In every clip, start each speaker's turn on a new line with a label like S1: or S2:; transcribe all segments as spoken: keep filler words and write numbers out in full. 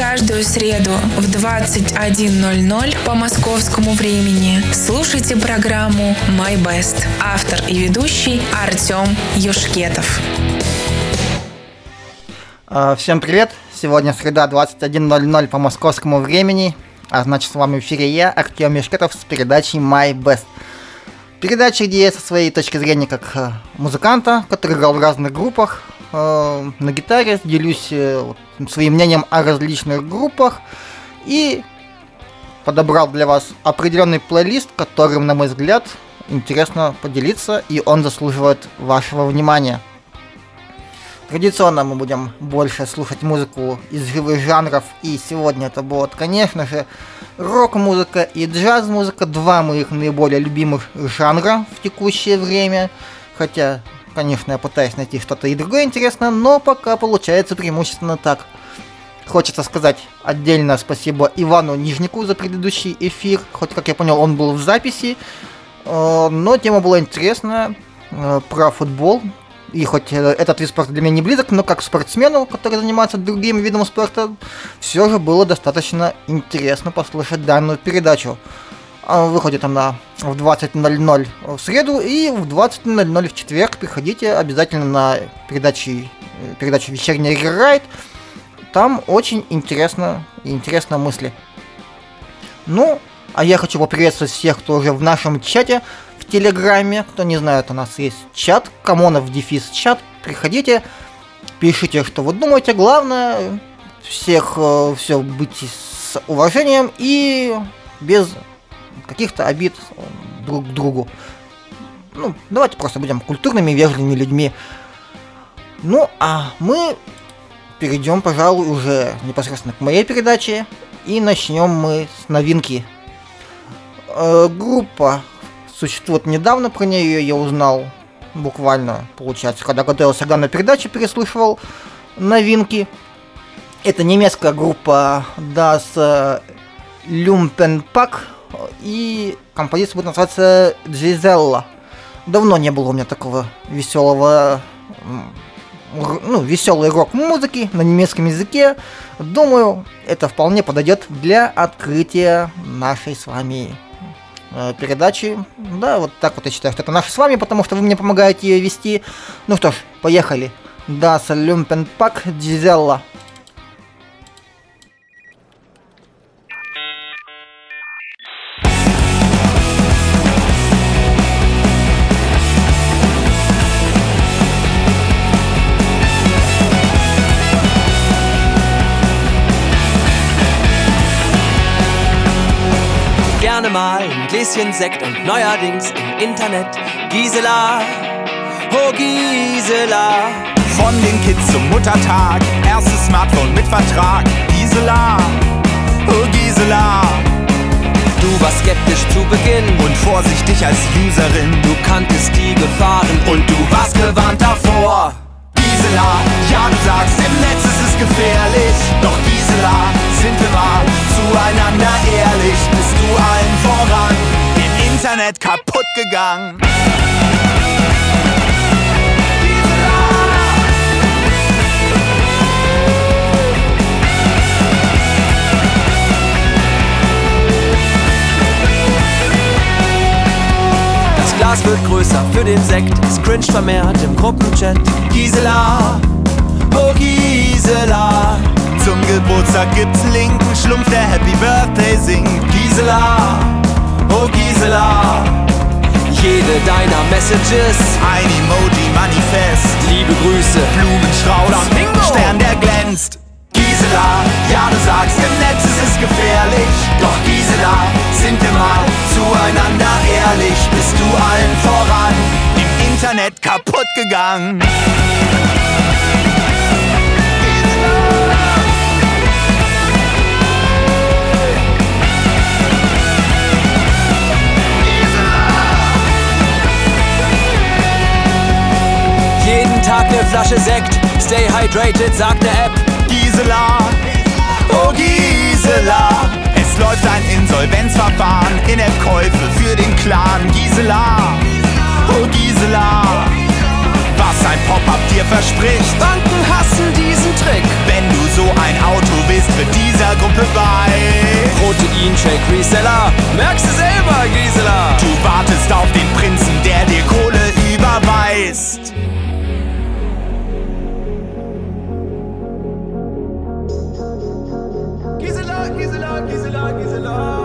S1: каждую среду в двадцать один ноль ноль по московскому времени слушайте программу My Best. Автор и ведущий Артем Юшкетов.
S2: Всем привет! Сегодня среда, двадцать один ноль ноль по московскому времени. А значит, с вами в эфире я, Артем Юшкетов, с передачей My Best. Передача, где я со своей точки зрения как музыканта, который играл в разных группах, э, на гитаре, делюсь э, своим мнением о различных группах и подобрал для вас определенный плейлист, которым, на мой взгляд, интересно поделиться, и он заслуживает вашего внимания. Традиционно мы будем больше слушать музыку из живых жанров, и сегодня это будет, конечно же, рок-музыка и джаз-музыка, два моих наиболее любимых жанра в текущее время, хотя, конечно, я пытаюсь найти что-то и другое интересное, но пока получается преимущественно так. Хочется сказать отдельно спасибо Ивану Нижнику за предыдущий эфир, хоть, как я понял, он был в записи, но тема была интересная, про футбол. И хоть этот вид спорта для меня не близок, но как спортсмену, который занимается другим видом спорта, все же было достаточно интересно послушать данную передачу. Выходит она в двадцать ноль ноль в среду и в двадцать ноль ноль в четверг. Приходите обязательно на передачи, передачу «Вечерний рерайт». Там очень интересно и интересные мысли. Ну, а я хочу поприветствовать всех, кто уже в нашем чате в Телеграме. Кто не знает, у нас есть чат, Комонов дефис чат. Приходите, пишите, что вы думаете. Главное, всех э, все быть с уважением и без каких-то обид друг к другу. Ну, давайте просто будем культурными, вежливыми людьми. Ну, а мы перейдем, пожалуй, уже непосредственно к моей передаче. И начнем мы с новинки. Э, группа существует недавно, про нее я узнал буквально, получается, когда готовился к данной передаче, переслушивал новинки. Это немецкая группа Das Lumpenpack, и композиция будет называться Gisella. Давно не было у меня такого веселого, ну, веселой рок-музыки на немецком языке. Думаю, это вполне подойдет для открытия нашей с вами передачи. Да, вот так вот я считаю, что это наше с вами, потому что вы мне помогаете ее вести. Ну что ж, поехали. Das Lumpenpack, Gisella.
S3: Gerne mal ein Gläschen Sekt und neuerdings im Internet Gisela, oh Gisela.
S4: Von den Kids zum Muttertag, erstes Smartphone mit Vertrag. Gisela, oh Gisela.
S3: Du warst skeptisch zu Beginn
S4: und vorsichtig als Userin.
S3: Du kanntest die Gefahren
S4: und du warst gewarnt davor. Gisela, ja du sagst, im Netz ist es gefährlich. Doch Gisela, sind wir mal zueinander ehrlich, bist du allen voran im Internet kaputt gegangen.
S3: Das Glas wird größer für den Sekt, es cringe vermehrt im Gruppenchat.
S4: Gisela, oh Gisela. Zum Geburtstag gibt's einen linken Schlumpf, der Happy Birthday singt. Gisela, oh Gisela.
S3: Jede deiner Messages
S4: ein Emoji-Manifest.
S3: Liebe Grüße,
S4: Blumenstrauß,
S3: Flamingo,
S4: Stern, der glänzt. Gisela, ja du sagst, im Netz ist es gefährlich. Doch Gisela, sind wir mal zueinander ehrlich, bist du allen voran im Internet kaputt gegangen.
S3: Jeden Tag eine Flasche Sekt, stay hydrated, sagt der App.
S4: Gisela, oh Gisela. Es läuft ein Insolvenzverfahren, In-App-Käufe für den Clan. Gisela, oh Gisela. Was ein Pop-Up dir verspricht,
S3: Banken hassen diesen Trick.
S4: Wenn du so ein Auto willst, tritt dieser Gruppe bei.
S3: Proteinshake Reseller, merkst du selber, Gisela.
S4: Du wartest auf den Prinzen, der dir Kohle überweist. Gisela, Gisela, Gisela, Gisela.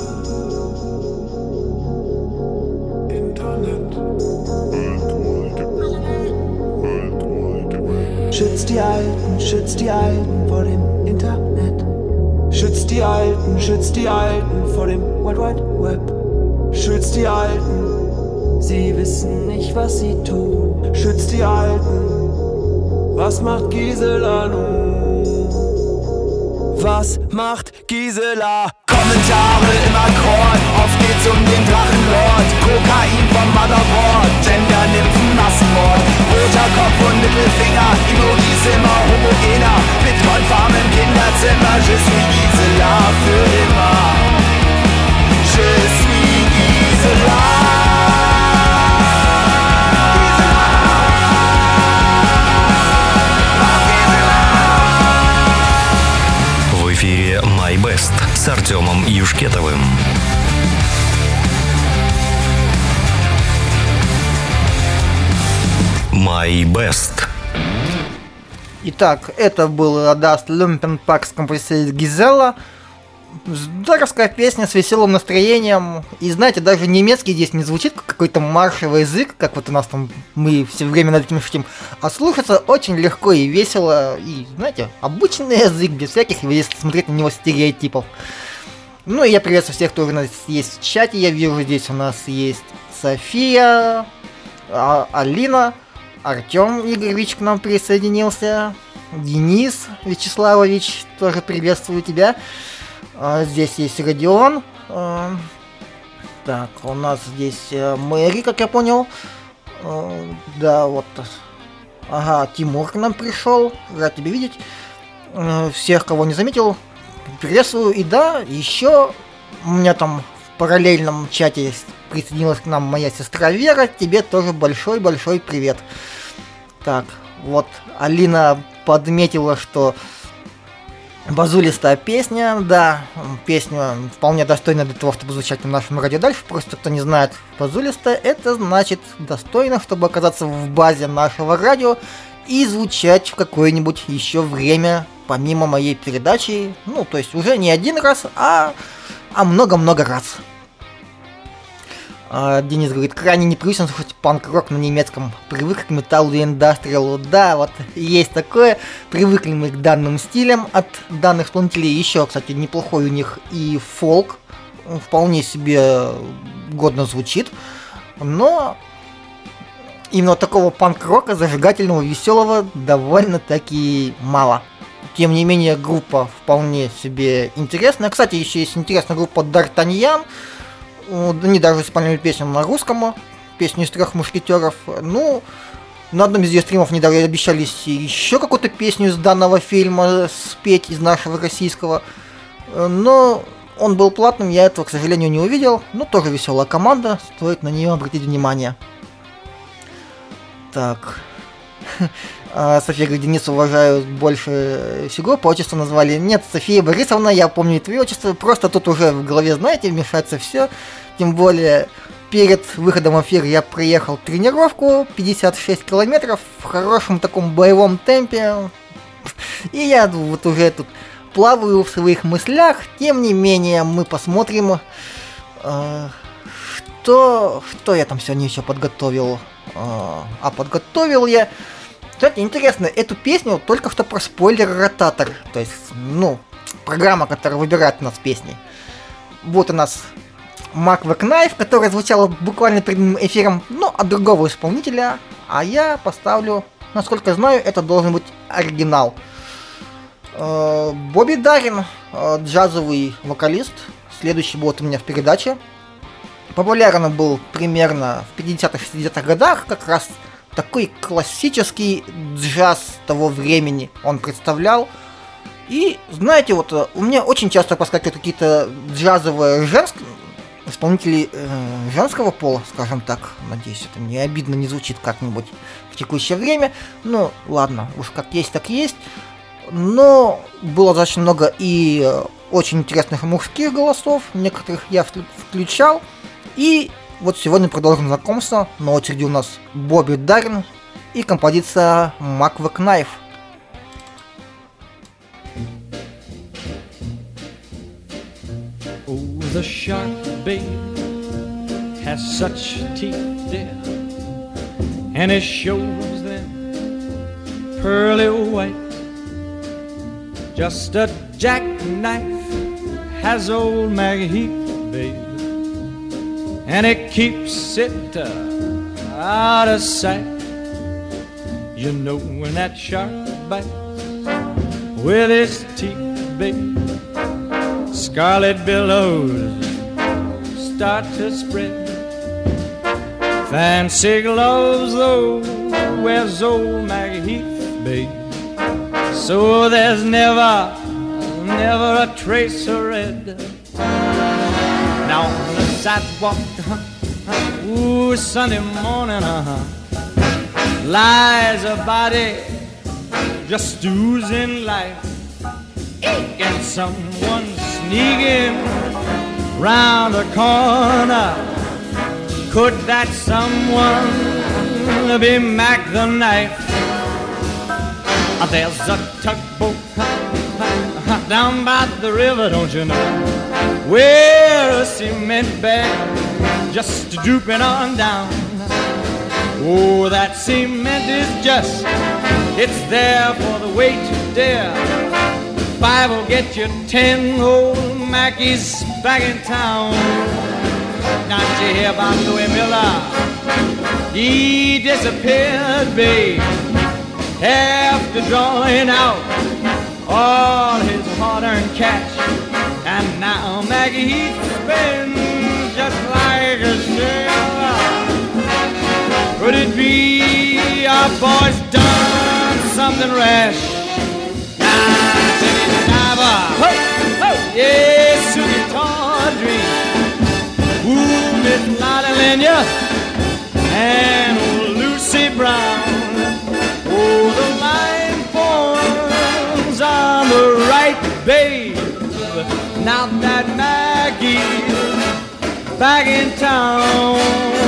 S3: Schützt die Alten, schützt die Alten vor dem Internet. Schützt die Alten, schützt die Alten vor dem World Wide Web. Schützt die Alten, sie wissen nicht, was sie tun. Schützt die Alten, was macht Gisela nun? Was macht Gisela?
S4: Kommentare im Akkord, oft geht's um den Drachenlord. Kokain vom Motherboard, Gender-Nymphen, Massenmord. Roter Kopf und Mittelfinger, Emojis immer homogener. Bitcoin-Farm im Kinderzimmer, je suis Gisela für immer. Je suis Gisela.
S5: В эфире My Best с Артемом Юшкетовым. My Best.
S2: Итак, это был Das Lumpenpack с композицией Гизела. Здоровская песня с веселым настроением. И знаете, даже немецкий здесь не звучит как какой-то маршевый язык, как вот у нас там мы все время над этим шутим, а слушается очень легко и весело. И, знаете, обычный язык, без всяких, если смотреть на него, стереотипов. Ну и я приветствую всех, кто у нас есть в чате. Я вижу, здесь у нас есть София, а- Алина, Артем Игоревич к нам присоединился, Денис Вячеславович, тоже приветствую тебя. А, здесь есть Родион. А, так, у нас здесь а, Мэри, как я понял. А, да, вот. Ага, Тимур к нам пришел. Рад тебя видеть. А, всех, кого не заметил, приветствую. И да, еще у меня там в параллельном чате присоединилась к нам моя сестра Вера. Тебе тоже большой-большой привет. Так, вот Алина подметила, что базулистая песня, да, песня вполне достойна для того, чтобы звучать на нашем радио дальше. Просто кто не знает, базулистая, это значит достойно, чтобы оказаться в базе нашего радио и звучать в какое-нибудь еще время, помимо моей передачи. Ну, то есть уже не один раз, а, а много-много раз. А, Денис говорит, крайне непривычно слушать панк-рок на немецком. Привык к металлу и индастриалу. Да, вот есть такое. Привыкли мы к данным стилям от данных исполнителей. Еще, кстати, неплохой у них и фолк. Вполне себе годно звучит. Но именно такого панк-рока, зажигательного, веселого, довольно-таки мало. Тем не менее, группа вполне себе интересная. Кстати, еще есть интересная группа D'Artagnan. Они даже исполняли песню на русском, песню из трех мушкетеров. Ну, на одном из ее стримов они даже обещались еще какую-то песню из данного фильма спеть, из нашего российского. Но он был платным, я этого, к сожалению, не увидел. Но тоже веселая команда, стоит на нее обратить внимание. Так. София говорит, Денис уважаю больше всего, по отчеству назвали. Нет, София Борисовна, я помню твое отчество, просто тут уже в голове, знаете, вмешается все. Тем более, перед выходом в эфир я проехал тренировку, пятьдесят шесть километров, в хорошем таком боевом темпе. И я вот уже тут плаваю в своих мыслях. Тем не менее, мы посмотрим, э, что, что я там сегодня еще подготовил. Э, а подготовил я... Кстати, интересно, эту песню только что проспойлер Ротатор. То есть, ну, программа, которая выбирает у нас песни. Вот у нас Macwork Knife, которая звучала буквально перед эфиром, но от другого исполнителя. А я поставлю, насколько знаю, это должен быть оригинал. Бобби Даррин, джазовый вокалист. Следующий будет у меня в передаче. Популярен был примерно в пятидесятых-шестидесятых годах, как раз такой классический джаз того времени он представлял. И, знаете, вот у меня очень часто проскакивают какие-то джазовые женские исполнители э, женского пола, скажем так. Надеюсь, это не обидно не звучит как-нибудь в текущее время. Ну, ладно, уж как есть, так есть. но было достаточно много и очень интересных мужских голосов, некоторых я включал. И вот сегодня продолжим знакомство. На очереди у нас Бобби Даррин и композиция Mac the Knife.
S6: Oh, the shark, babe, has such teeth, dear, and it shows them pearly white. Just a jackknife has old Maggie Heath, babe, and it keeps it uh, out of sight. You know when that shark bites with his teeth, babe, scarlet billows start to spread. Fancy gloves, though, wears old Maggie Heath, babe, so there's never, never a trace of red. Now on the sidewalk, uh-huh, ooh, Sunday morning, uh-huh, lies a body just oozing life, and someone sneaking round the corner. Could that someone be Mac the Knife? There's a tugboat down by the river, don't you know, where a cement bag just drooping on down. Oh, that cement is just, it's there for the weight to dare. Five will get you ten, old Mackie's back in town. Now did you hear about Louis Miller? He disappeared, babe, after drawing out all his hard-earned cash. And now Maggie Heath spins just like a sailor. Could it be our boy's done something rash? Now, Jenny Diver, ho, ho, yes, Susie Tawdry, ooh, Miss Lottie Lenya, and old Lucy Brown. Oh, the line forms on the right, babe. Now that Maggie's back in town.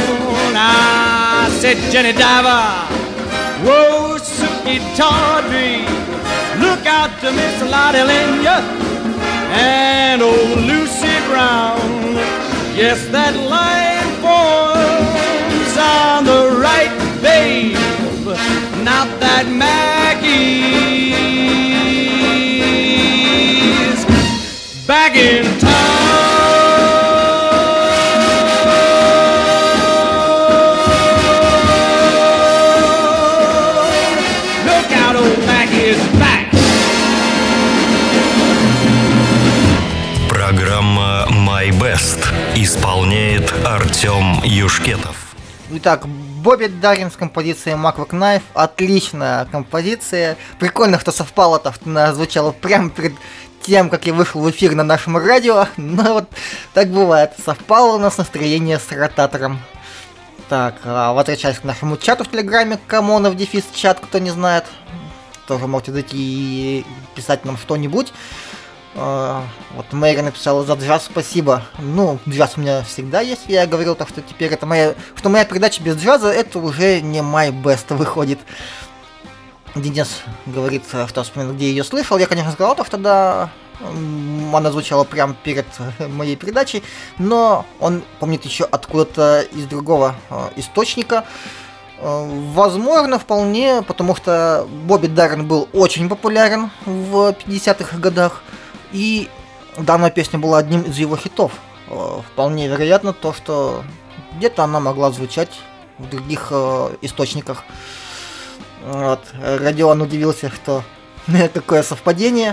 S6: I said, Jenny Diver, whoa, Suki Tawdry, look out to Miss Lottie Lenya and old Lucy Brown. Yes, that line forms on the right, babe. Now that Maggie's back in town. Look out, old Maggie is back.
S5: Программа My Best. Исполняет Артем Юшкетов.
S2: Итак, Бобби Даррин с композицией Mac the Knife. Отличная композиция. Прикольно, что совпало-то, что она звучала прямо перед тем, как я вышел в эфир на нашем радио. Но вот так бывает. Совпало у нас настроение с ротатором. Так, а возвращаясь к нашему чату в Телеграме, Камонов дефис чат, кто не знает. Тоже можете зайти и писать нам что-нибудь. Uh, вот Мэри написала за джаз спасибо. Ну, джаз у меня всегда есть, я говорил, так что теперь это моя, что моя передача без джаза, это уже не My Best выходит. Денис говорит, что вспомнил, где ее слышал. Я, конечно, сказал, так что да, она звучала прямо перед моей передачей, но он помнит еще откуда-то из другого uh, источника. Uh, возможно, вполне, потому что Бобби Даррин был очень популярен в пятидесятых годах. И данная песня была одним из его хитов. Вполне вероятно то, что где-то она могла звучать в других э, источниках. Вот. Родион удивился, что такое совпадение.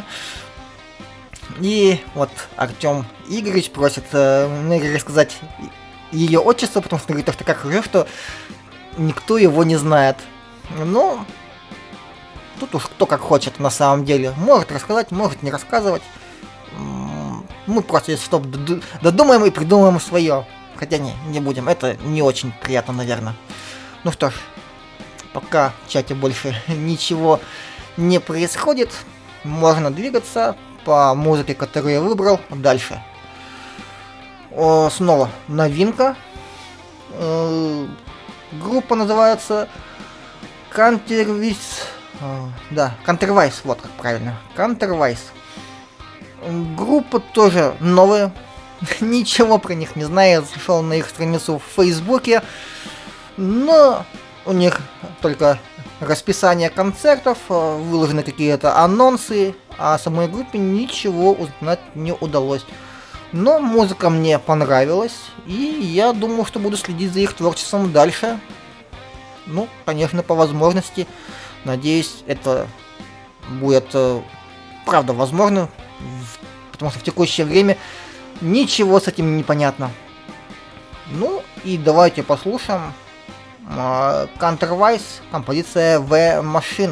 S2: И вот Артем Игоревич просит э, мне рассказать ее отчество, потому что говорит, что как уже, что никто его не знает. Ну, тут уж кто как хочет на самом деле. Может рассказать, может не рассказывать. Мы просто, если что, додумаем и придумаем свое. Хотя не, не будем. Это не очень приятно, наверное. Ну что ж, пока в чате больше ничего не происходит, можно двигаться по музыке, которую я выбрал, дальше. О, снова новинка. Э, группа называется Counterwise. Э, да, Counterwise, вот как правильно. Counterwise. Группа тоже новая. Ничего про них не знаю. Я зашел на их страницу в Фейсбуке. Но у них только расписание концертов, выложены какие-то анонсы, а о самой группе ничего узнать не удалось. Но музыка мне понравилась, и я думаю, что буду следить за их творчеством дальше. Ну, конечно, по возможности. Надеюсь, это будет, правда, возможно, потому что в текущее время ничего с этим не понятно. Ну, и давайте послушаем uh, Counterwise, композиция The Machine.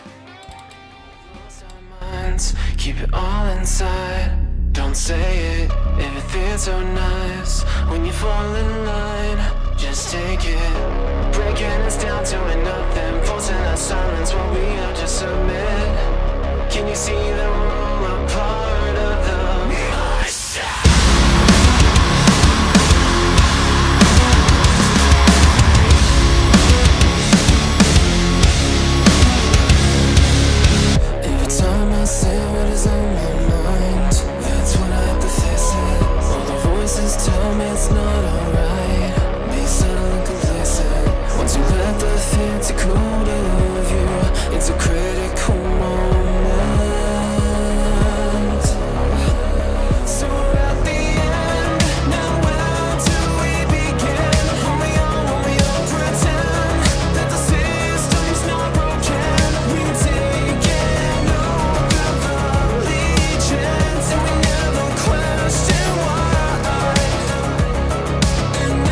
S7: Keep it all inside. Don't say it if it feels so nice. When you fall in line, just take it. Breaking us down to a nothing, forcing our silence while we are just submit. Can you see that we're all a part of the machine? Every time I say what is on my mind, that's when I have to face it. All the voices tell me it's not alright. Be subtle and complacent. Once you let the fear take hold of you, it's a critical moment. So we're at the end, now where do we begin? Hold me on, hold me on, pretend that the system's not broken. We've taken over the allegiance, and we never question why. And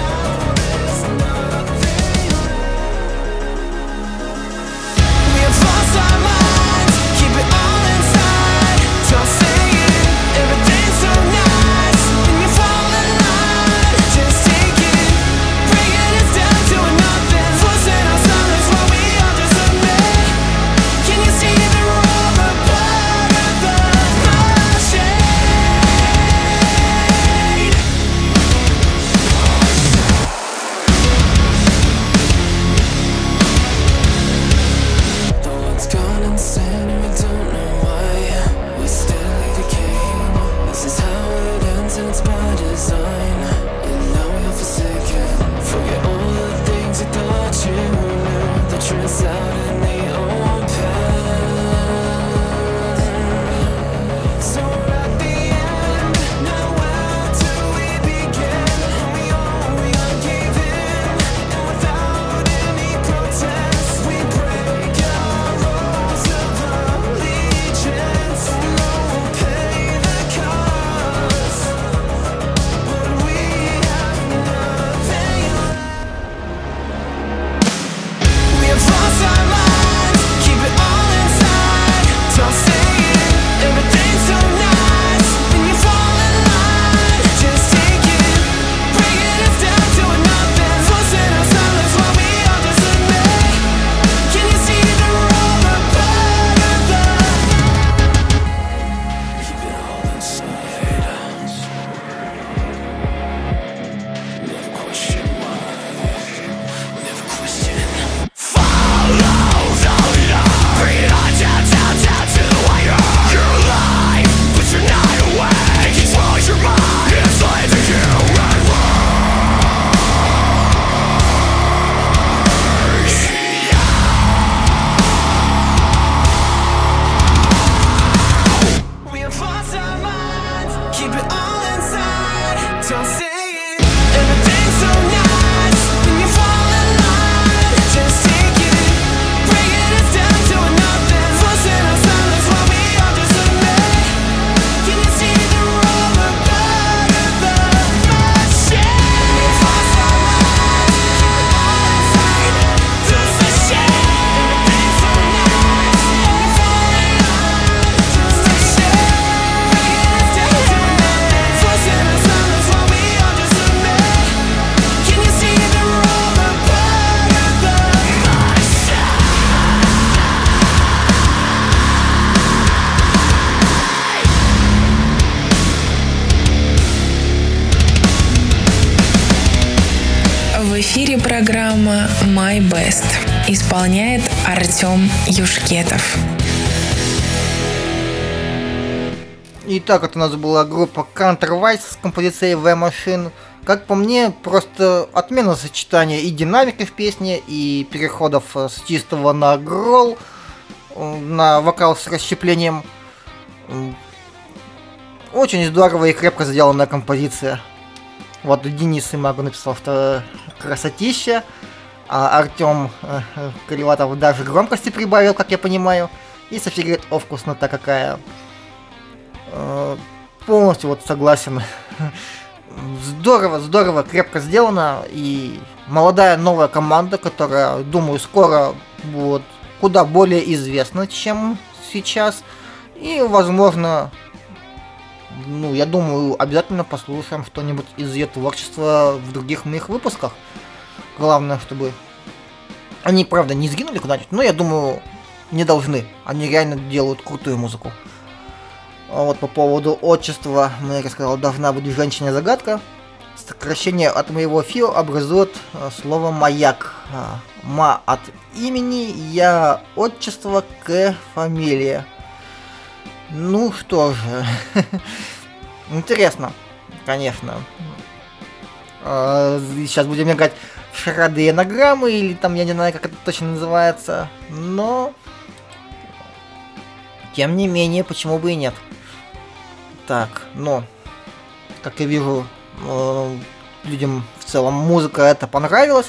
S1: эфире программа My Best. Исполняет Артем Юшкетов.
S2: Итак, это у нас была группа Counterwise с композицией The Machine. Как по мне, просто отмена сочетания и динамики в песне, и переходов с чистого на гролл, на вокал с расщеплением. Очень здорово и крепко сделанная композиция. Вот Денис Имагу написал, что красотища, а Артем э, Криватов даже громкости прибавил, как я понимаю. И София говорит, о, вкуснота какая. Э, полностью вот согласен. Здорово, здорово, крепко сделано. И молодая новая команда, которая, думаю, скоро будет куда более известна, чем сейчас. И, возможно, ну, я думаю, обязательно послушаем что-нибудь из ее творчества в других моих выпусках. Главное, чтобы они, правда, не сгинули куда-нибудь, но я думаю, не должны. Они реально делают крутую музыку. А вот по поводу отчества, Мэри сказала, должна быть женщина-загадка. Сокращение от моего фио образует слово «маяк». Ма от имени, я отчество, К фамилия. Ну что же, интересно, конечно. Сейчас будем играть в шарады и анаграммы, или там, я не знаю, как это точно называется, но, тем не менее, почему бы и нет. Так, ну, как я вижу, людям в целом музыка это понравилась.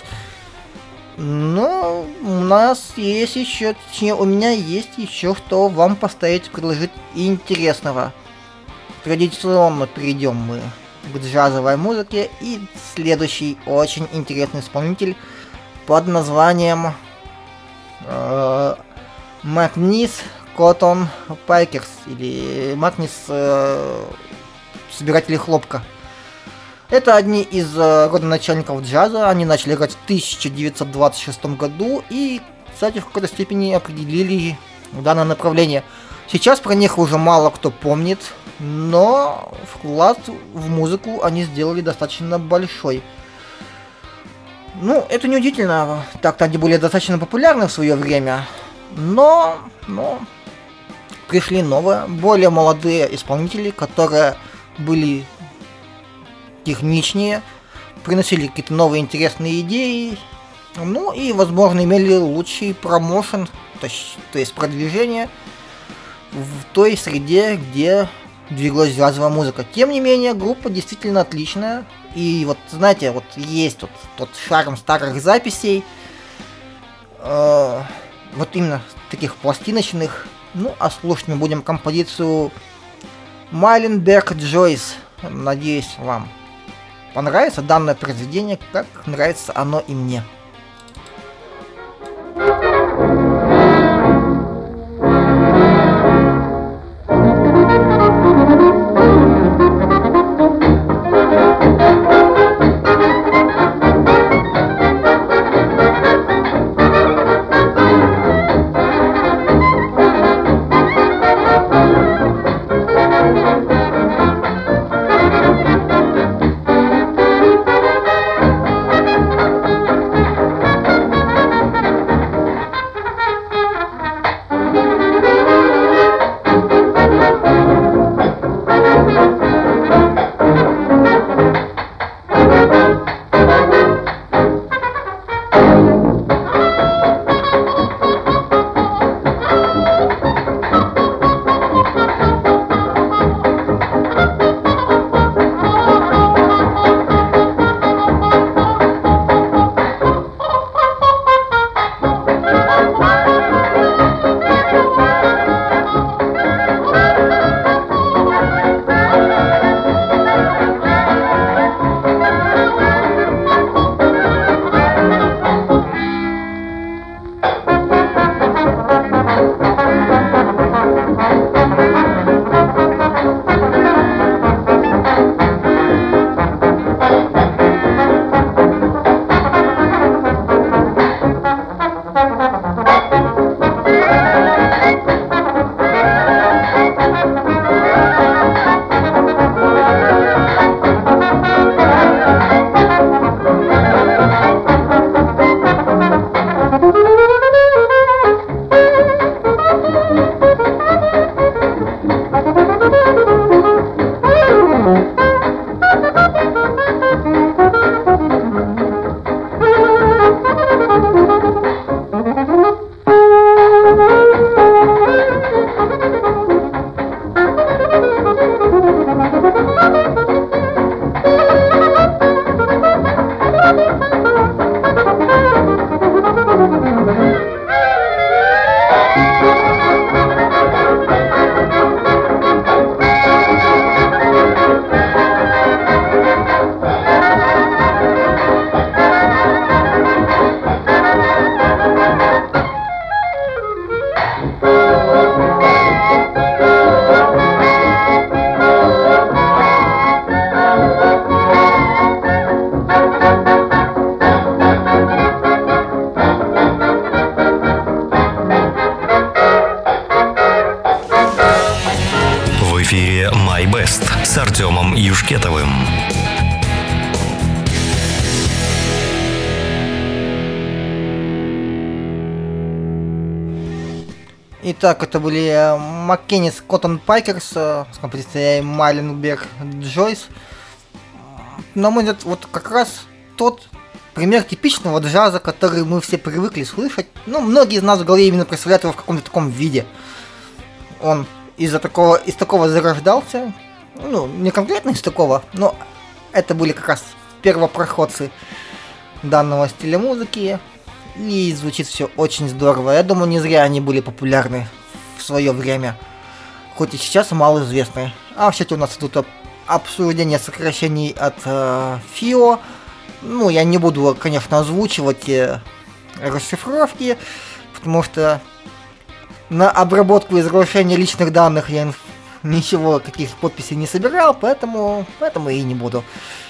S2: Но у нас есть еще, точнее, у меня есть еще что вам поставить, предложить интересного. Традиционно перейдем мы к джазовой музыке, и следующий очень интересный исполнитель под названием э, Макнис Коттон Пайкерс, или Макнис э, Собиратели хлопка. Это одни из э, родоначальников джаза, они начали играть в тысяча девятьсот двадцать шестом году и, кстати, в какой-то степени определили данное направление. Сейчас про них уже мало кто помнит, но вклад в музыку они сделали достаточно большой. Ну, это неудивительно, так-то они были достаточно популярны в свое время, но, но пришли новые, более молодые исполнители, которые были техничнее, приносили какие-то новые интересные идеи, ну и, возможно, имели лучший промоушен, то есть, то есть продвижение в той среде, где двигалась джазовая музыка. Тем не менее, группа действительно отличная, и вот, знаете, вот есть вот тот шарм старых записей, э, вот именно таких пластиночных. Ну, а слушать мы будем композицию Майленберг Джойс. Надеюсь, вам понравится данное произведение, как нравится оно и мне.
S5: Юшкетовым.
S2: Итак, это были Маккеннис Коттон Пайкерс с композицией Майленберг Джойс. На мой взгляд, вот как раз тот пример типичного джаза, который мы все привыкли слышать. Ну, многие из нас в голове именно представляют его в каком-то таком виде. Он из-за такого, из такого зарождался. Ну, не конкретно из такого, но это были как раз первопроходцы данного стиля музыки. И звучит все очень здорово. Я думаю, не зря они были популярны в свое время. Хоть и сейчас малоизвестны. А в чате у нас тут обсуждение сокращений от э, ФИО. Ну, я не буду, конечно, озвучивать э, расшифровки, потому что на обработку и разглашение личных данных я ничего, каких подписей не собирал, поэтому, поэтому и не буду.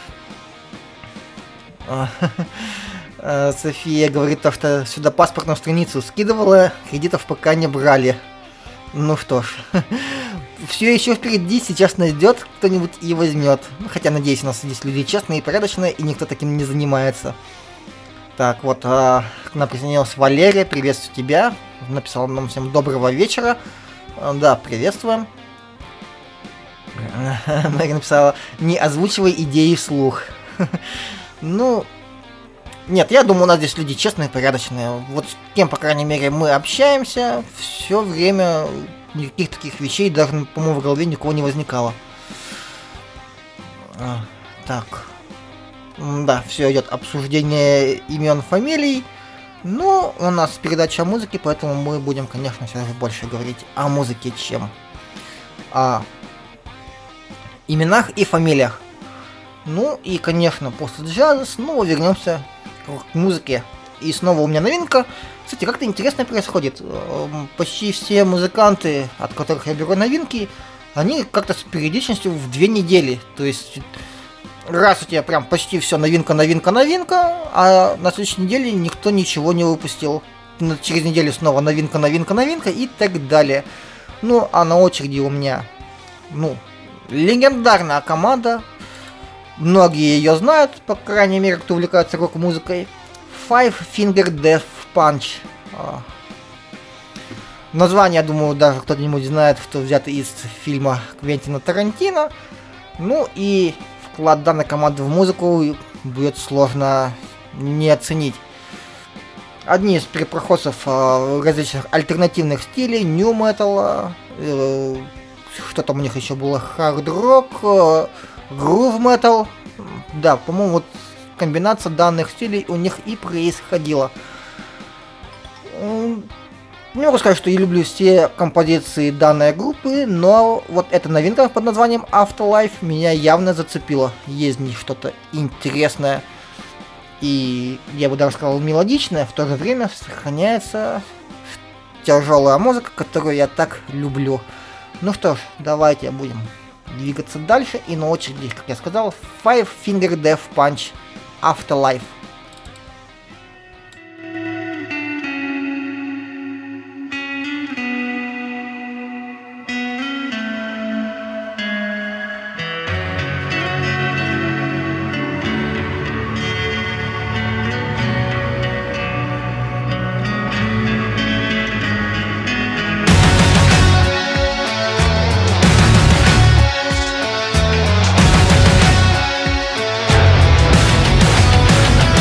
S2: София говорит, то, что сюда паспортную страницу скидывала, кредитов пока не брали. Ну что ж, все еще впереди, сейчас найдет кто-нибудь и возьмет. Хотя, надеюсь, у нас здесь люди честные и порядочные, и никто таким не занимается. Так, вот, а, к нам присоединилась Валерия, приветствую тебя. Написала нам всем доброго вечера. А, да, приветствуем. Мария написала, не озвучивай идеи вслух. Ну... Нет, я думаю, у нас здесь люди честные, порядочные. Вот с кем, по крайней мере, мы общаемся, все время никаких таких вещей даже, по-моему, в голове никого не возникало. А, так. Да, все идет обсуждение имен, фамилий. Ну, у нас передача о музыке, поэтому мы будем, конечно, все же больше говорить о музыке, чем о именах и фамилиях. Ну и, конечно, после джаза снова вернемся к музыке. И снова у меня новинка. Кстати, как-то интересно происходит. Почти все музыканты, от которых я беру новинки, они как-то с периодичностью в две недели. То есть раз у тебя прям почти все новинка, новинка, новинка, а на следующей неделе никто ничего не выпустил. Через неделю снова новинка, новинка, новинка и так далее. Ну, а на очереди у меня, ну, легендарная команда. Многие ее знают, по крайней мере, кто увлекается рок-музыкой. Five Finger Death Punch. Название, я думаю, даже кто-нибудь знает, кто взято из фильма Квентина Тарантино. Ну и вклад данной команды в музыку будет сложно не оценить. Одни из перепроходцев э, различных альтернативных стилей, нью метал, э, что там у них еще было, хард-рок, э, грув метал. Да, по-моему, вот комбинация данных стилей у них и происходила. Не могу сказать, что я люблю все композиции данной группы, но вот эта новинка под названием Afterlife меня явно зацепила. Есть в ней что-то интересное и, я бы даже сказал, мелодичное, в то же время сохраняется тяжелая музыка, которую я так люблю. Ну что ж, давайте будем двигаться дальше, и на очереди, как я сказал, Five Finger Death Punch Afterlife.
S7: We'll be right back.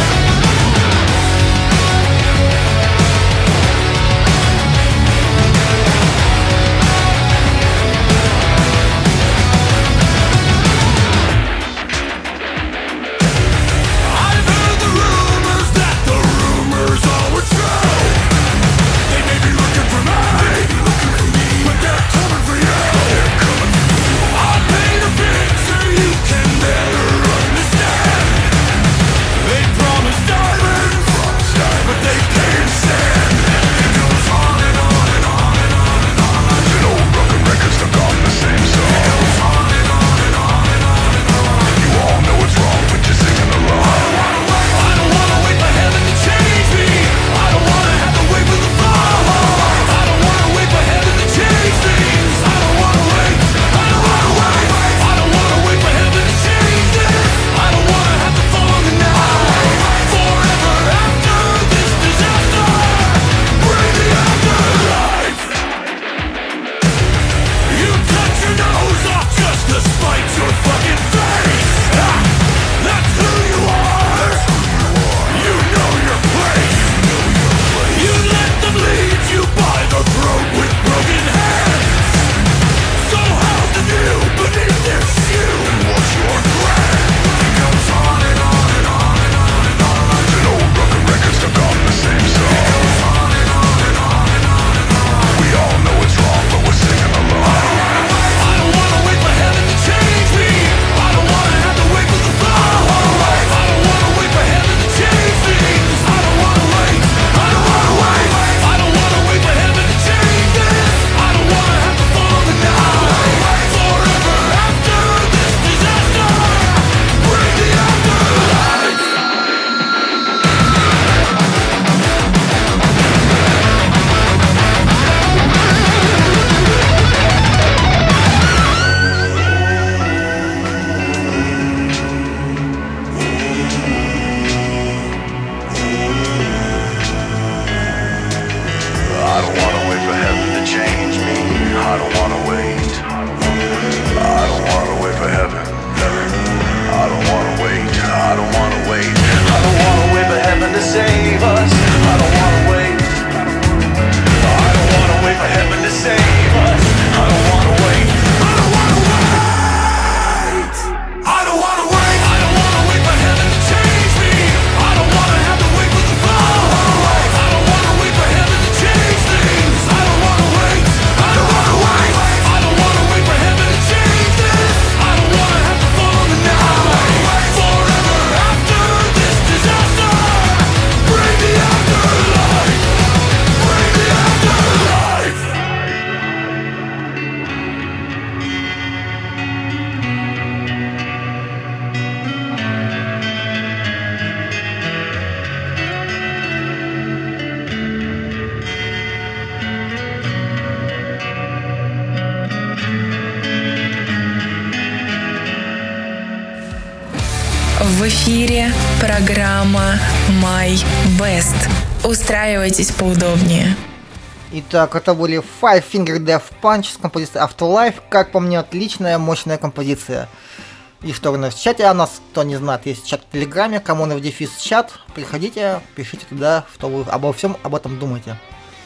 S1: эфире программа My Best. Устраивайтесь поудобнее.
S2: Итак, это были Five Finger Death Punch с композицией Afterlife. Как по мне, отличная, мощная композиция. И что у нас в чате, а нас, кто не знает, есть чат в Телеграме, Коммунов дефис чат. Приходите, пишите туда, что вы обо всем об этом думаете.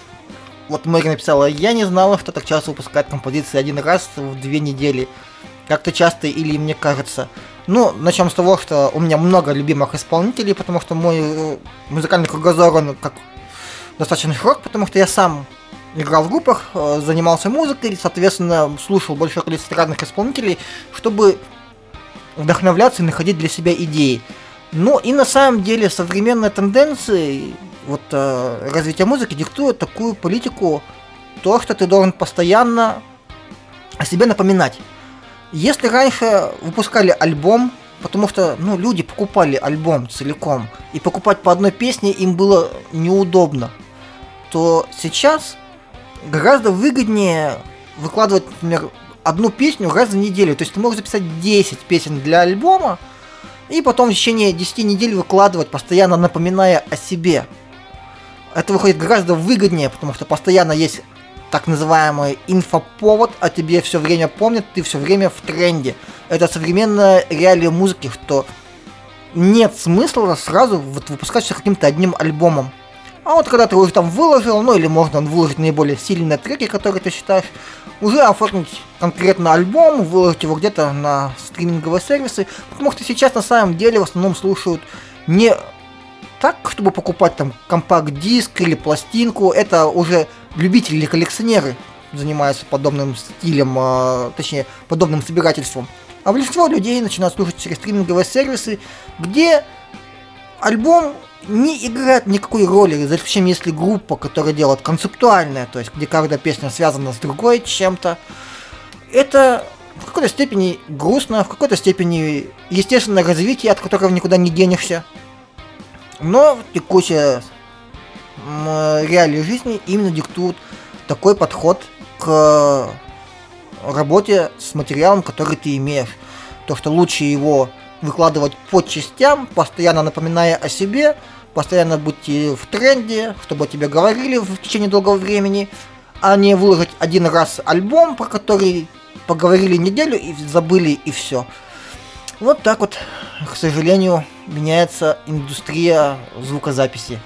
S2: Вот Мэри написала: я не знала, что так часто выпускают композиции один раз в две недели. Как-то часто или мне кажется. Ну, начнем с того, что у меня много любимых исполнителей, потому что мой музыкальный кругозор, он как достаточно широк, потому что я сам играл в группах, занимался музыкой, и, соответственно, слушал большое количество разных исполнителей, чтобы вдохновляться и находить для себя идеи. Ну, и на самом деле современные тенденции, вот э, развитие музыки диктует такую политику, то, что ты должен постоянно о себе напоминать. Если раньше выпускали альбом, потому что, ну, люди покупали альбом целиком, и покупать по одной песне им было неудобно, то сейчас гораздо выгоднее выкладывать, например, одну песню раз в неделю. То есть ты можешь записать десять песен для альбома, и потом в течение десяти недель выкладывать, постоянно напоминая о себе. Это выходит гораздо выгоднее, потому что постоянно есть так называемый инфоповод, о тебе все время помнят, ты все время в тренде. Это современная реалия музыки, что нет смысла сразу вот выпускать все каким-то одним альбомом. А вот когда ты уже там выложил, ну или можно выложить наиболее сильные треки, которые ты считаешь, уже оформить конкретно альбом, выложить его где-то на стриминговые сервисы, потому что сейчас на самом деле в основном слушают не так, чтобы покупать там компакт-диск или пластинку, это уже любители или коллекционеры занимаются подобным стилем, э, точнее, подобным собирательством. А большинство людей начинают слушать через стриминговые сервисы, где альбом не играет никакой роли, за исключением если группа, которая делает концептуальное, то есть где каждая песня связана с другой чем-то. Это в какой-то степени грустно, в какой-то степени естественное развитие, от которого никуда не денешься. Но текущая реалии жизни именно диктуют такой подход к работе с материалом, который ты имеешь. То, что лучше его выкладывать по частям, постоянно напоминая о себе, постоянно быть в тренде, чтобы о тебе говорили в течение долгого времени, а не выложить один раз альбом, про который поговорили неделю и забыли, и все. Вот так вот, к сожалению, меняется индустрия звукозаписи.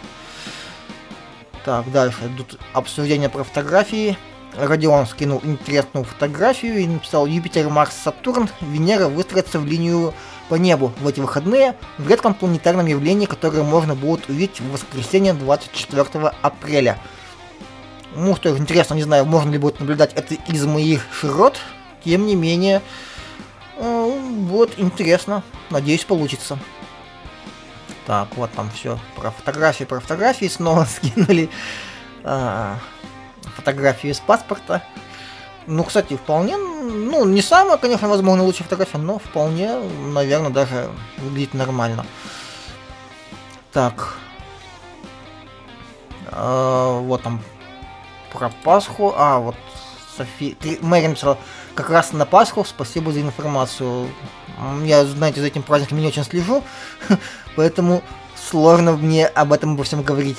S2: Так, дальше идут обсуждения про фотографии. Родион скинул интересную фотографию и написал: Юпитер, Марс, Сатурн, Венера выстроятся в линию по небу в эти выходные в редком планетарном явлении, которое можно будет увидеть в воскресенье двадцать четвёртого апреля. Ну что ж, интересно, не знаю, можно ли будет наблюдать это из моих широт, тем не менее, вот интересно, надеюсь, получится. Так, вот там все про фотографии, про фотографии снова скинули а, фотографию из паспорта. Ну, кстати, вполне, ну, не самая, конечно, возможно, лучшая фотография, но вполне, наверное, даже выглядит нормально. Так. А, вот там про Пасху. А, вот София... Мэри написала: как раз на Пасху, спасибо за информацию. Я, знаете, за этим праздником не очень слежу, поэтому сложно мне об этом обо всем говорить.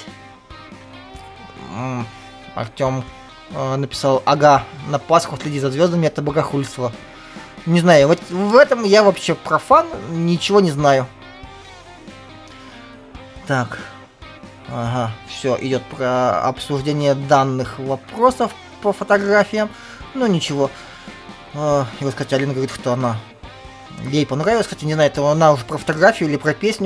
S2: Артём э, написал: ага, на Пасху следи за звездами, это богохульство. Не знаю, вот в этом я вообще профан, ничего не знаю. Так, ага, все, идет про обсуждение данных вопросов по фотографиям. Ну ничего. Э, и вот, кстати, Алина говорит, что она ей понравилось, хотя не знаю, это она уже про фотографию или про песню.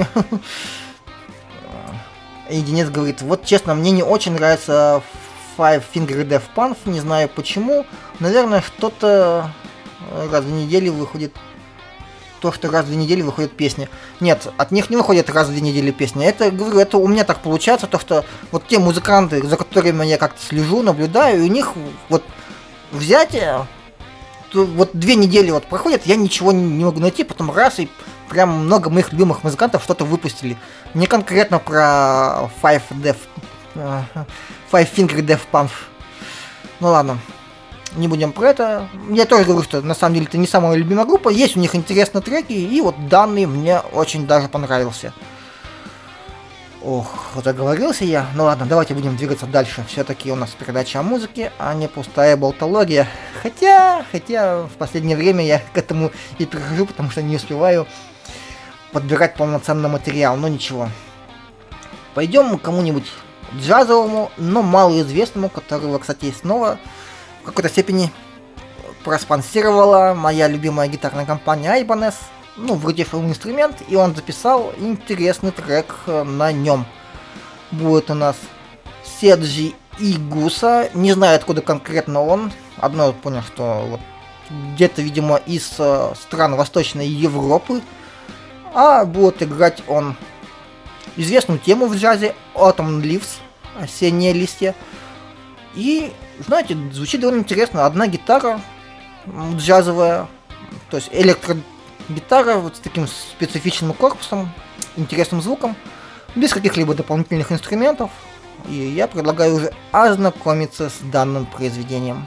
S2: И Денис говорит: вот честно, мне не очень нравится Five Finger Death Punch, не знаю почему. Наверное, что-то раз в неделю выходит. То, что раз в две недели выходит песни. Нет, от них не выходит раз в две недели песни. Это, говорю, это у меня так получается, то что вот те музыканты, за которыми я как-то слежу, наблюдаю, и у них вот взятие, то вот две недели вот проходят, я ничего не, не могу найти, потом раз, и прям много моих любимых музыкантов что-то выпустили. Не конкретно про Five Death, uh, Five Finger Death Punch. Ну ладно. не будем про это. Я тоже говорю, что на самом деле это не самая любимая группа. Есть у них интересные треки, и вот данный мне очень даже понравился. Ох, заговорился я. Ну ладно, давайте будем двигаться дальше. Все-таки у нас передача о музыке, а не пустая болтология. Хотя, хотя в последнее время я к этому и прихожу, потому что не успеваю подбирать полноценный материал. Но ничего. Пойдем к кому-нибудь джазовому, но малоизвестному, которого, кстати, снова в какой-то степени проспонсировала моя любимая гитарная компания Ibanez. Ну, вроде инструмент, и он записал интересный трек на нем. Будет у нас Седжи Игуса. Не знаю, откуда конкретно он. Одно понял, что вот где-то, видимо, из э, стран Восточной Европы. А будет играть он известную тему в джазе Autumn Leaves, осенние листья. И, знаете, звучит довольно интересно. Одна гитара джазовая, то есть электро гитара вот с таким специфичным корпусом, интересным звуком, без каких-либо дополнительных инструментов. И я предлагаю уже ознакомиться с данным произведением.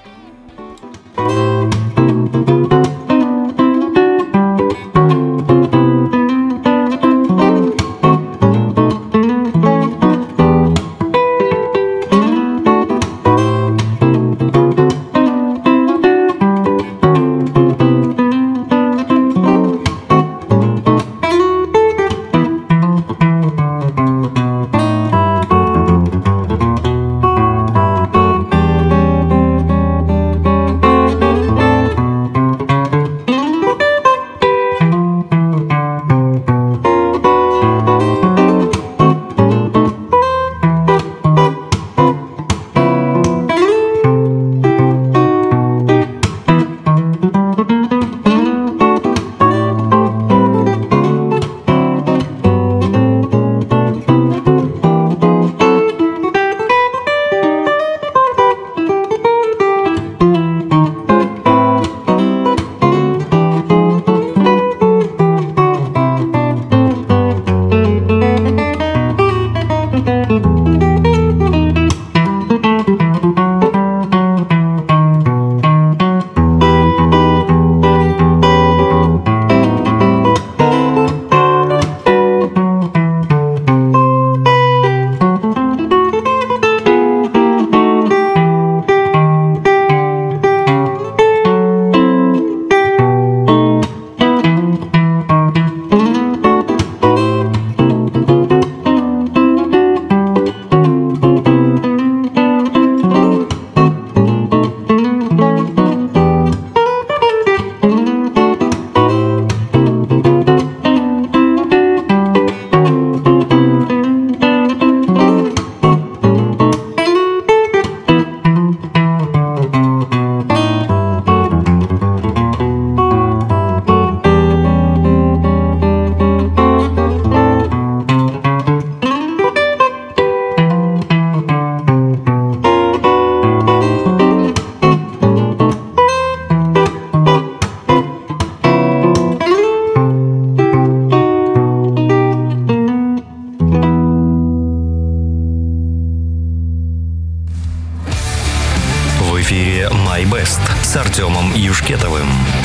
S5: My Best с Артемом Юшкетовым.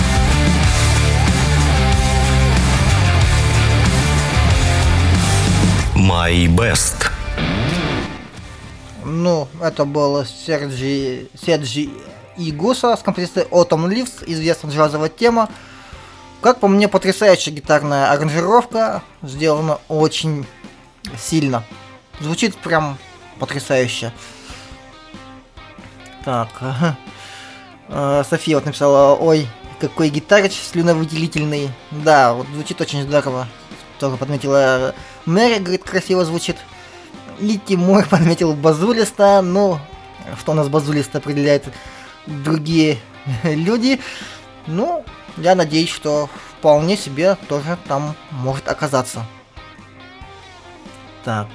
S5: My Best.
S2: Ну, это был Серджи, Седжи Игуса с композицией Autumn Leaves, известная джазовая тема. Как по мне, потрясающая гитарная аранжировка, сделана очень сильно. Звучит прям потрясающе. Так, София вот написала: ой, какой гитарыч слюновыделительный. Да, вот звучит очень здорово. Тоже подметила Мэри, говорит, красиво звучит. И Тимур подметил базулиста. Ну, что у нас базулиста определяет другие люди. Ну, я надеюсь, что вполне себе тоже там может оказаться. Так.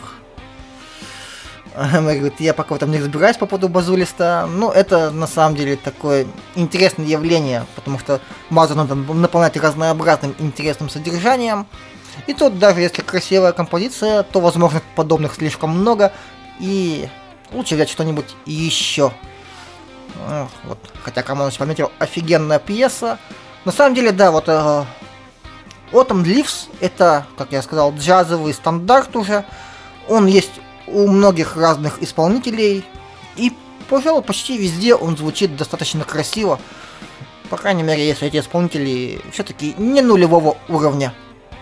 S2: Мэри говорит, я пока в этом не разбираюсь по поводу базулиста. Ну, это на самом деле такое интересное явление, потому что базу надо наполнять разнообразным интересным содержанием. И тут даже если красивая композиция, то возможно подобных слишком много, и лучше взять что-нибудь еще. Вот. Хотя Камоныч пометил, офигенная пьеса. На самом деле, да, вот э, Autumn Leaves это, как я сказал, джазовый стандарт уже. Он есть у многих разных исполнителей. И, пожалуй, почти везде он звучит достаточно красиво. По крайней мере, если эти исполнители все-таки не нулевого уровня.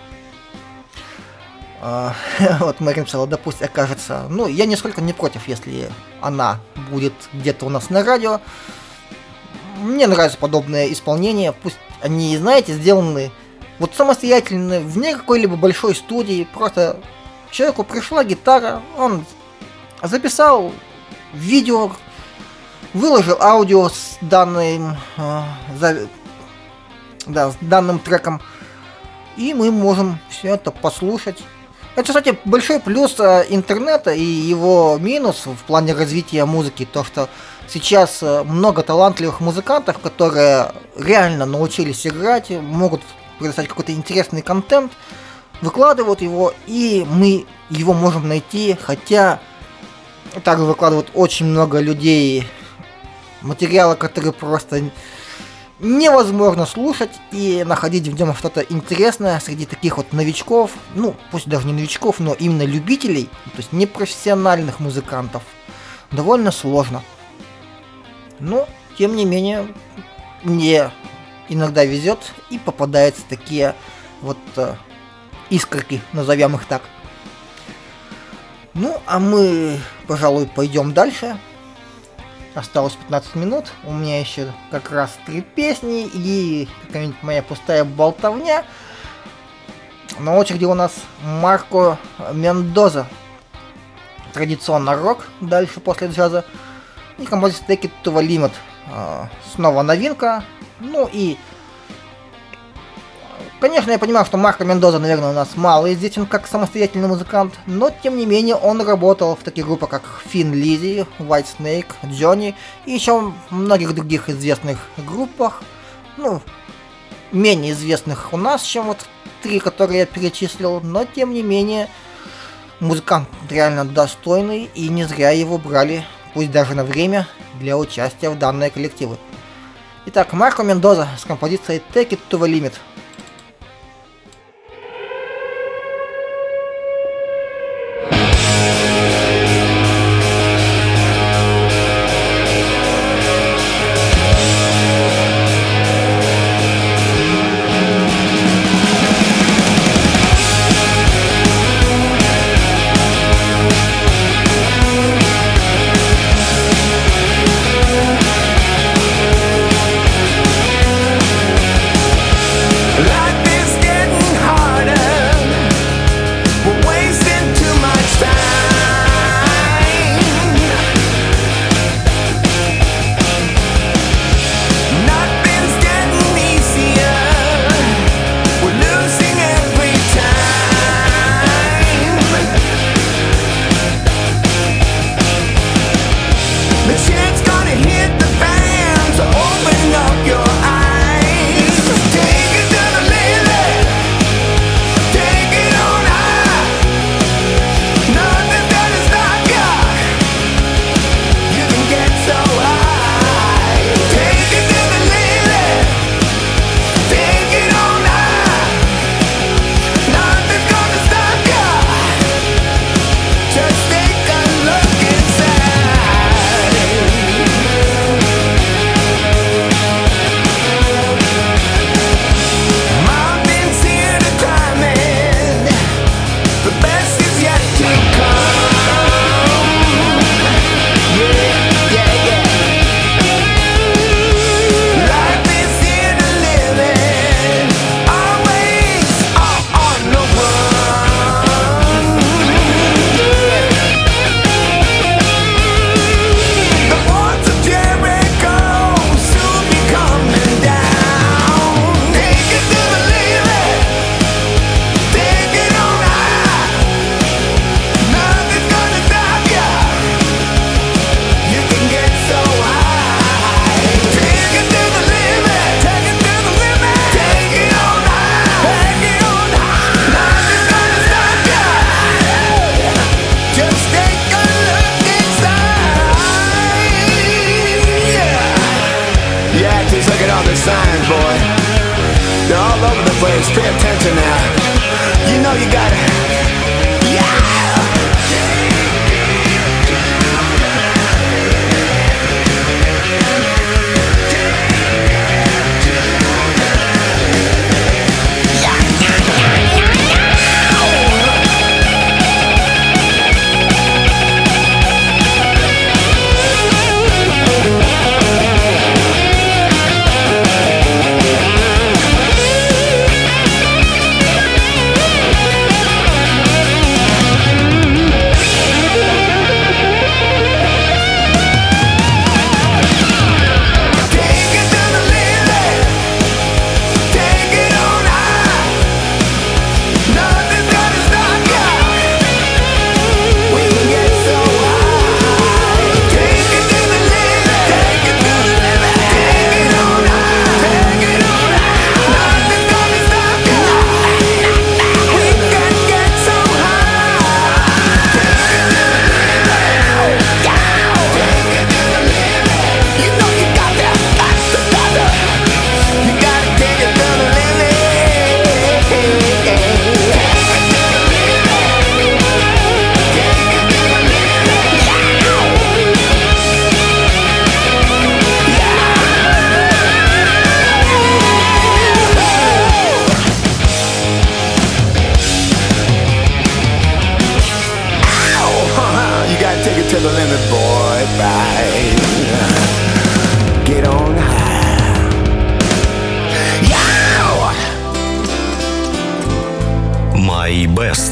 S2: А, вот Мэрин писала, да пусть окажется. Ну, я нисколько не против, если она будет где-то у нас на радио. Мне нравится подобное исполнение. Пусть они, знаете, сделаны вот самостоятельно, вне какой-либо большой студии. Просто человеку пришла гитара, он записал видео, выложил аудио с данным, э, за, да, с данным треком, и мы можем все это послушать. Это, кстати, большой плюс э, интернета и его минус в плане развития музыки, то что сейчас э, много талантливых музыкантов, которые реально научились играть, могут предоставить какой-то интересный контент, выкладывают его, и мы его можем найти, хотя также выкладывают очень много людей материала, который просто невозможно слушать и находить в нем что-то интересное среди таких вот новичков, ну, пусть даже не новичков, но именно любителей, то есть непрофессиональных музыкантов, довольно сложно. Но, тем не менее, мне иногда везет и попадаются такие вот э, искорки, назовем их так. Ну, а мы, пожалуй, пойдем дальше. Осталось пятнадцать минут. У меня еще как раз три песни и какая-нибудь моя пустая болтовня. На очереди у нас Марко Мендоза. Традиционно рок, дальше после джаза. И композиция Take It To The Limit. Снова новинка. Ну и... Конечно, я понимаю, что Марко Мендоза, наверное, у нас мало известен как самостоятельный музыкант, но, тем не менее, он работал в таких группах, как Thin Lizzy, White Snake, Johnny и еще в многих других известных группах, ну, менее известных у нас, чем вот три, которые я перечислил, но, тем не менее, музыкант реально достойный, и не зря его брали, пусть даже на время, для участия в данные коллективы. Итак, Марко Мендоза с композицией Take It To The Limit.
S7: Take
S4: kids, pay attention now. You know you gotta, yeah.
S5: My Best.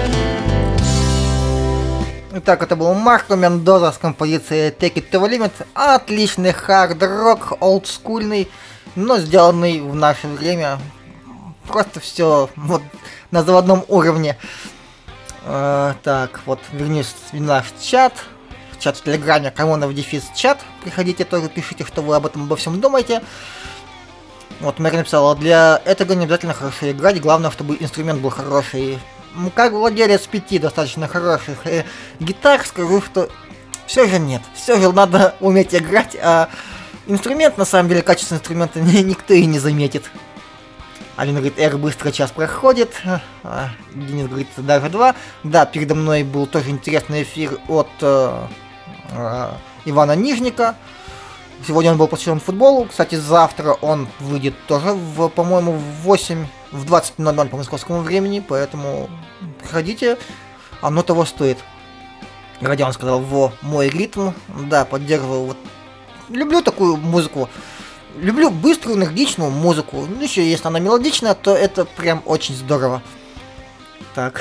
S2: Итак, это был Марко Мендоза с композицией Take It To The Limit. Отличный хард-рок, олдскульный, но сделанный в наше время. Просто все вот на заводном уровне. Э, так, вот вернусь в наш чат. Чат в Телеграме, Камонов дефис чат. Приходите тоже, пишите, что вы об этом обо всем думаете. Вот Мэри написала, для этого не обязательно хорошо играть, главное, чтобы инструмент был хороший. Как владелец пяти достаточно хороших э, гитар, скажу, что все же нет. Все же надо уметь играть, а инструмент, на самом деле, качество инструмента никто и не заметит. Алина говорит, эр быстро час проходит. А, Денис говорит, даже два. Да, передо мной был тоже интересный эфир от э, э, Ивана Нижника. Сегодня он был посвящен футболу. Кстати, завтра он выйдет тоже, в, по-моему, в восемь, в двадцать ноль ноль по московскому времени, поэтому приходите, оно того стоит. Родион сказал, во, мой ритм, да, поддерживаю, вот, люблю такую музыку, люблю быструю, энергичную музыку, ну, еще если она мелодичная, то это прям очень здорово. Так,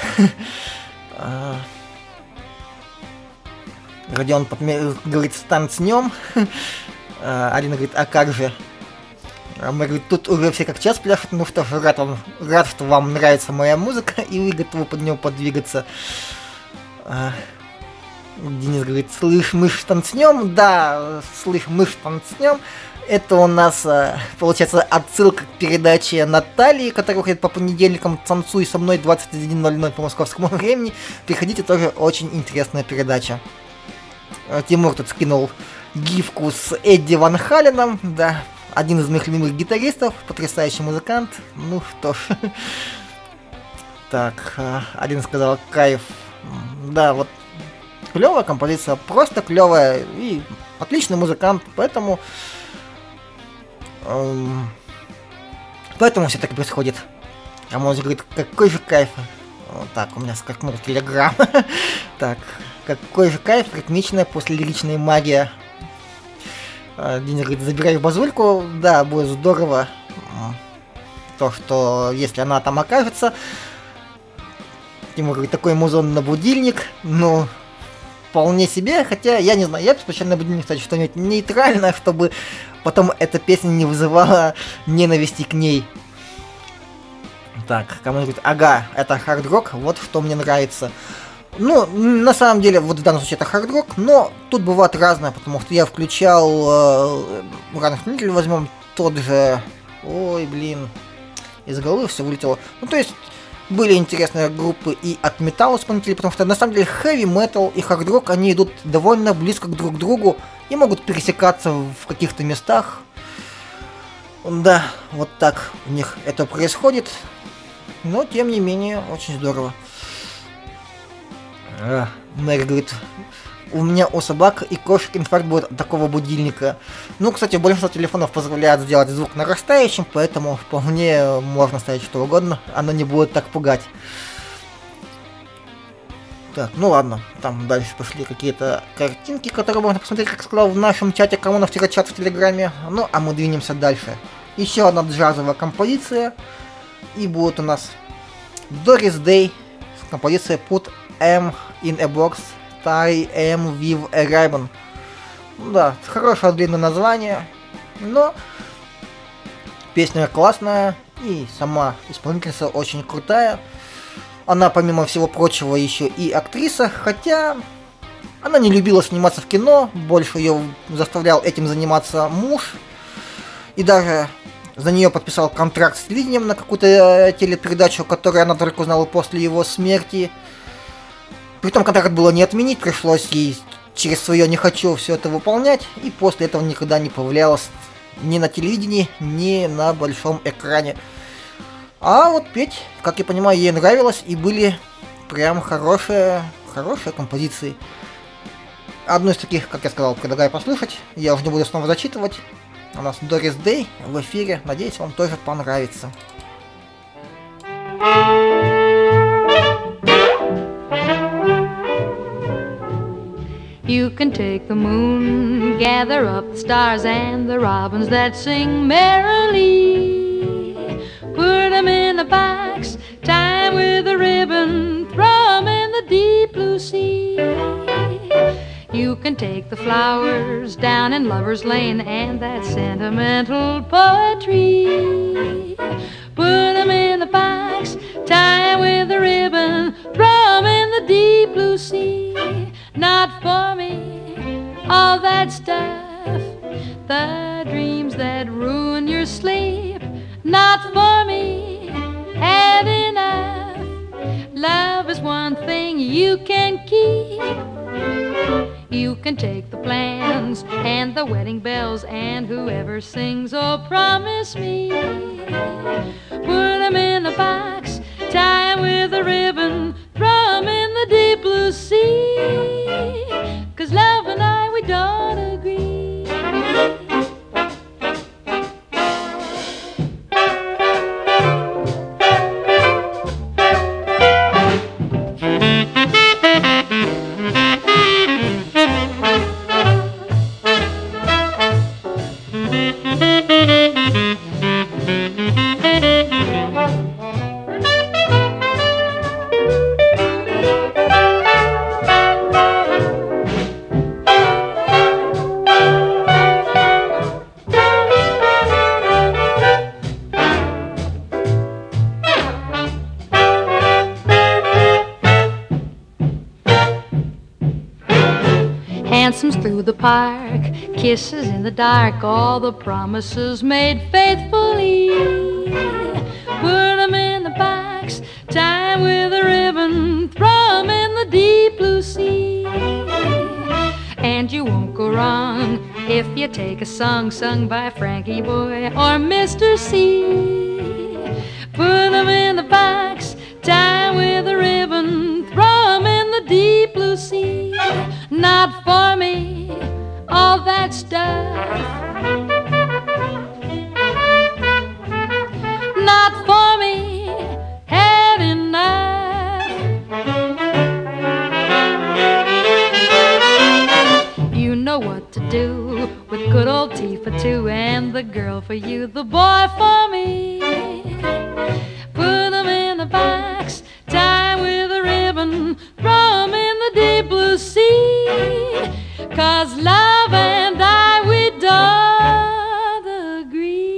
S2: Родион говорит, станцнем. Алина говорит, а как же? А мы говорит, тут уже все как час пляшут, ну что ж, рад, вам, рад, что вам нравится моя музыка, и вы готовы под нее подвигаться. А, Денис говорит, слышь, мы ж танцнем? Да, слышь, мы ж танцнем. Это у нас, получается, отсылка к передаче Натальи, которая выходит по понедельникам, «Танцуй со мной» двадцать один ноль ноль по московскому времени. Приходите, тоже очень интересная передача. Тимур тут скинул гифку с Эдди Ван Халеном, да, один из моих любимых гитаристов, потрясающий музыкант, ну что ж. Так, один сказал, кайф, да, вот, клевая композиция, просто клевая, и отличный музыкант, поэтому, эм, поэтому все так и происходит. А может говорит, какой же кайф, вот так, у меня скакнул телеграм, так, какой же кайф, ритмичная послелиричная магия. Денис говорит, забирай в базульку, да, будет здорово, то, что если она там окажется. Тимур говорит, такой музон на будильник, ну, вполне себе, хотя, я не знаю, я бы специально на будильник, кстати, что-нибудь нейтральное, чтобы потом эта песня не вызывала ненависти к ней. Так, кому говорит, ага, это хард-рок, вот что мне нравится. Ну, на самом деле, вот в данном случае это хард-рок, но тут бывает разное, потому что я включал э, разных исполнителей, возьмем тот же, ой, блин, из головы все вылетело. Ну, то есть, были интересные группы и от металла исполнителей, потому что на самом деле хэви-метал и хард-рок, они идут довольно близко друг к другу и могут пересекаться в каких-то местах. Да, вот так у них это происходит. но тем не менее очень здорово. А, Мэри говорит, у меня у собак и кошек инфаркт будет от такого будильника. Ну, кстати, большинство телефонов позволяет сделать звук нарастающим, поэтому вполне можно ставить что угодно, оно не будет так пугать. Так, ну ладно, там дальше пошли какие-то картинки, которые можно посмотреть, как сказал в нашем чате Камонов-чат в Телеграме. Ну, а мы двинемся дальше. Еще одна джазовая композиция. И будет у нас Doris Day с композицией Put M in a Box, Tie M with a Ribbon. Да, хорошее длинное название, но песня классная и сама исполнительница очень крутая. Она, помимо всего прочего, еще и актриса, хотя она не любила сниматься в кино, больше ее заставлял этим заниматься муж. И даже за нее подписал контракт с телевидением на какую-то телепередачу, которую она только узнала после его смерти. Притом контракт было не отменить, пришлось ей через свое «не хочу» все это выполнять, и после этого никогда не появлялась ни на телевидении, ни на большом экране. А вот петь, как я понимаю, ей нравилось, и были прям хорошие, хорошие композиции. Одну из таких, как я сказал, предлагаю послушать, я уже не буду снова зачитывать. У нас Doris Day в эфире, надеюсь, вам тоже понравится.
S8: You can take the moon, gather up the stars and the robins that sing merrily. Put them in a box, tie 'em with a ribbon, throw 'em in the deep blue sea. You can take the flowers down in Lover's Lane and that sentimental poetry. Put 'em in the box, tie 'em with a ribbon, throw 'em in the deep blue sea. Not for me, all that stuff, the dreams that ruin your sleep. Not for me, had enough. Love is one thing you can keep. You can take the plans and the wedding bells and whoever sings, oh promise me. Put 'em in a box, tie 'em with a ribbon, throw 'em in the deep blue sea. 'Cause love and I, we don't agree. Hansoms through the park, kisses in the dark, all the promises made faithfully. Put 'em in the box, tie 'em with a ribbon, throw 'em in the deep blue sea. And you won't go wrong if you take a song sung by Frankie Boy or Mister C. Put 'em in the box, tie 'em with a ribbon, throw 'em in the deep blue sea. Not for me, all that stuff. Not for me, had enough. You know what to do with good old tea for two and the girl for you, the boy for me. Put 'em in a box, tie 'em with a ribbon, throw 'em in the deep blue sea. 'Cause love and I, we don't agree.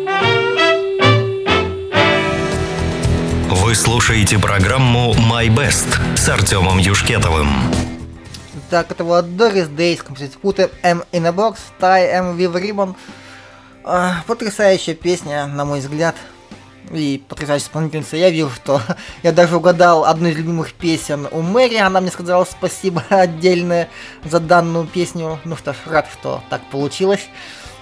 S5: Вы слушаете программу My Best с Артемом Юшкетовым.
S2: Так, это была Doris Day с композицией Put M in a Box, Tie M with a Ribbon. А, потрясающая песня, на мой взгляд. И потрясающая исполнительница. Я вижу, что я даже угадал одну из любимых песен у Мэри. Она мне сказала спасибо отдельное за данную песню. Ну что ж, рад, что так получилось.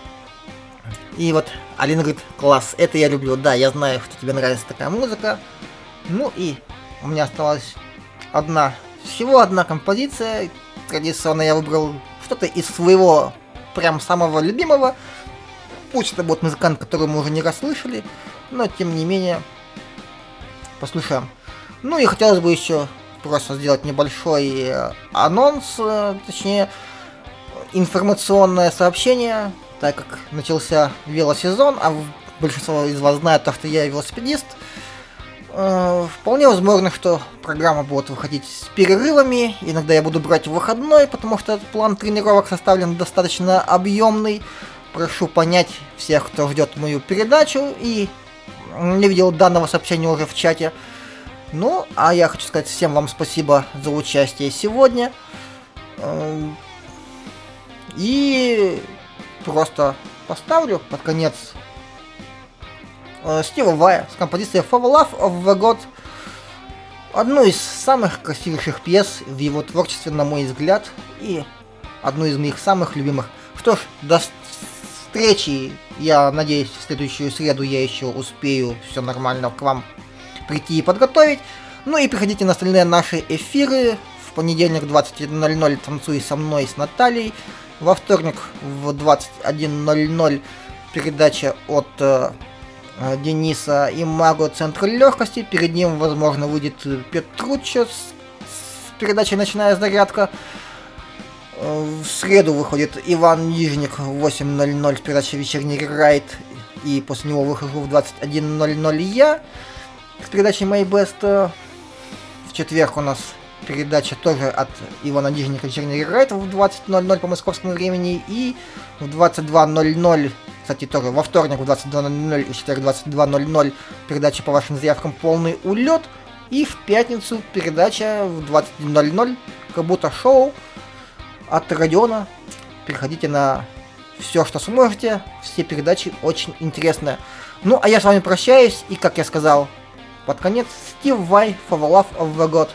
S2: И вот Алина говорит, класс, это я люблю. Да, я знаю, что тебе нравится такая музыка. Ну и у меня осталась одна, всего одна композиция. Традиционно я выбрал что-то из своего прям самого любимого. Пусть это будет музыкант, который мы уже не раз слышали, но тем не менее послушаем. Ну и хотелось бы еще просто сделать небольшой анонс, точнее информационное сообщение, так как начался велосезон, а большинство из вас знает то, что я велосипедист. Вполне возможно, что программа будет выходить с перерывами. Иногда я буду брать выходной, потому что план тренировок составлен достаточно объемный. Прошу понять всех, кто ждет мою передачу и не видел данного сообщения уже в чате. Ну, а я хочу сказать всем вам спасибо за участие сегодня. И просто поставлю под конец Стива Вая с композицией For the Love of the God. Одну из самых красивейших пьес в его творчестве, на мой взгляд, и одну из моих самых любимых. Что ж, до встречи. Я надеюсь, в следующую среду я еще успею все нормально к вам прийти и подготовить. Ну и приходите на остальные наши эфиры. В понедельник в двадцать один ноль ноль «Танцуй со мной» с Натальей. Во вторник в двадцать один ноль ноль передача от э, Дениса и Магу «Центр легкости». Перед ним, возможно, выйдет Петруччо с, с передачей «Ночная зарядка». В среду выходит Иван Нижник в восемь ноль ноль с передачей «Вечерний райд». И после него выхожу в двадцать один ноль ноль я с передачей My Best. В четверг у нас передача тоже от Ивана Нижника «Вечерний райд» в двадцать ноль ноль по московскому времени. И в двадцать два ноль ноль, кстати, тоже во вторник в двадцать два ноль ноль и в четверг в двадцать два ноль ноль передача по вашим заявкам «Полный улет». И в пятницу передача в двадцать один ноль ноль как будто шоу от Родиона. Переходите на все, что сможете. Все передачи очень интересные. Ну, а я с вами прощаюсь. И, как я сказал, под конец Стив Vai For the Love of the God.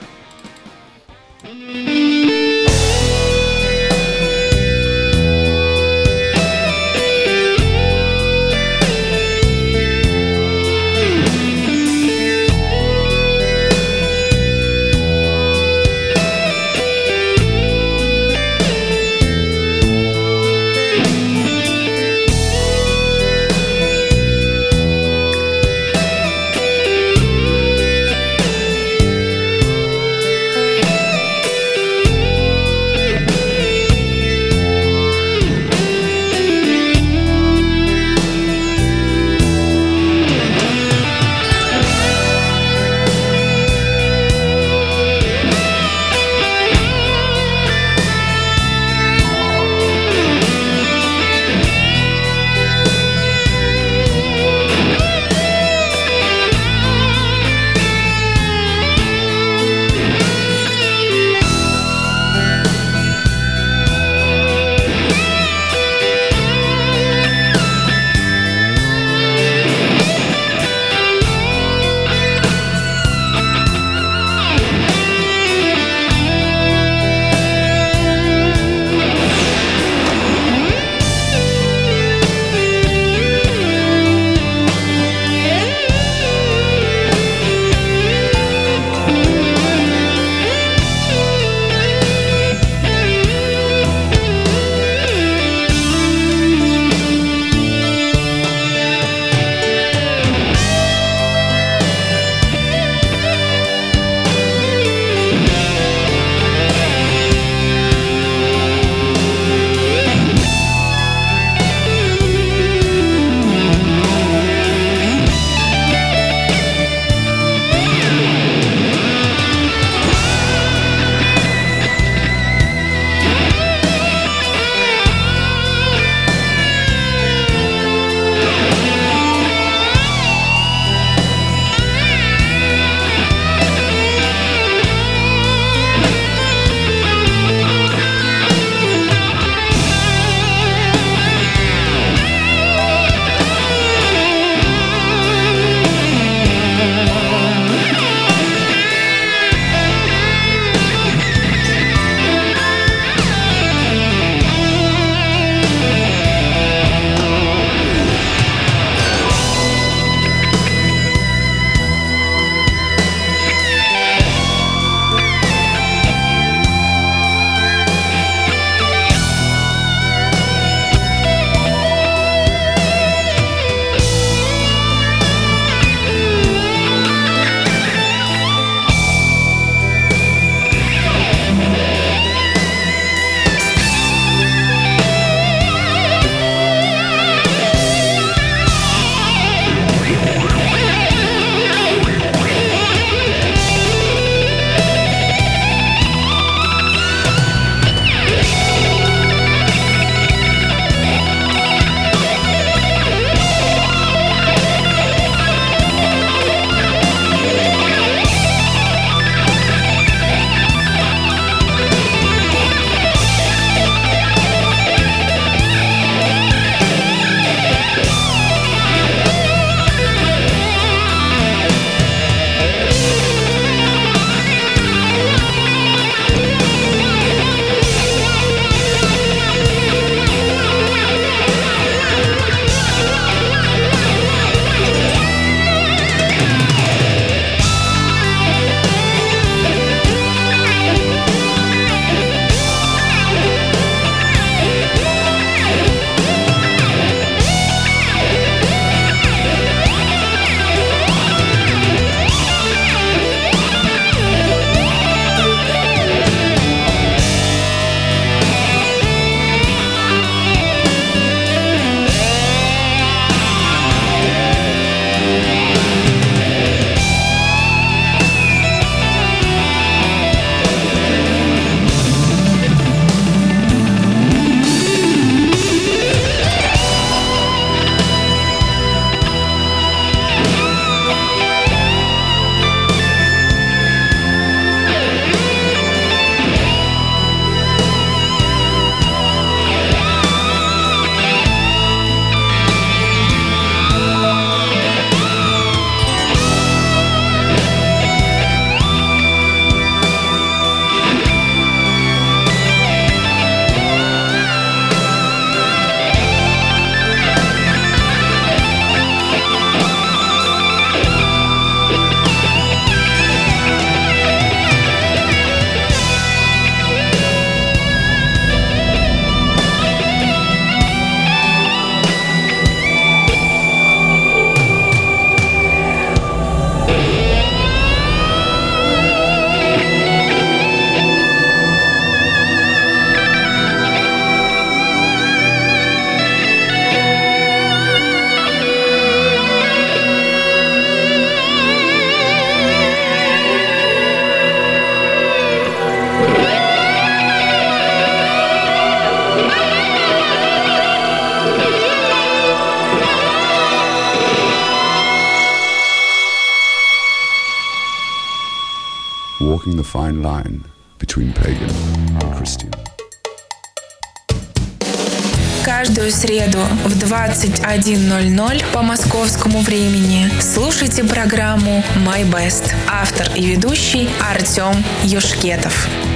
S9: walking the fine line between pagan and Christian.
S1: Каждую среду в двадцать один ноль ноль по московскому времени слушайте программу My Best. Автор и ведущий Артем Юшкетов.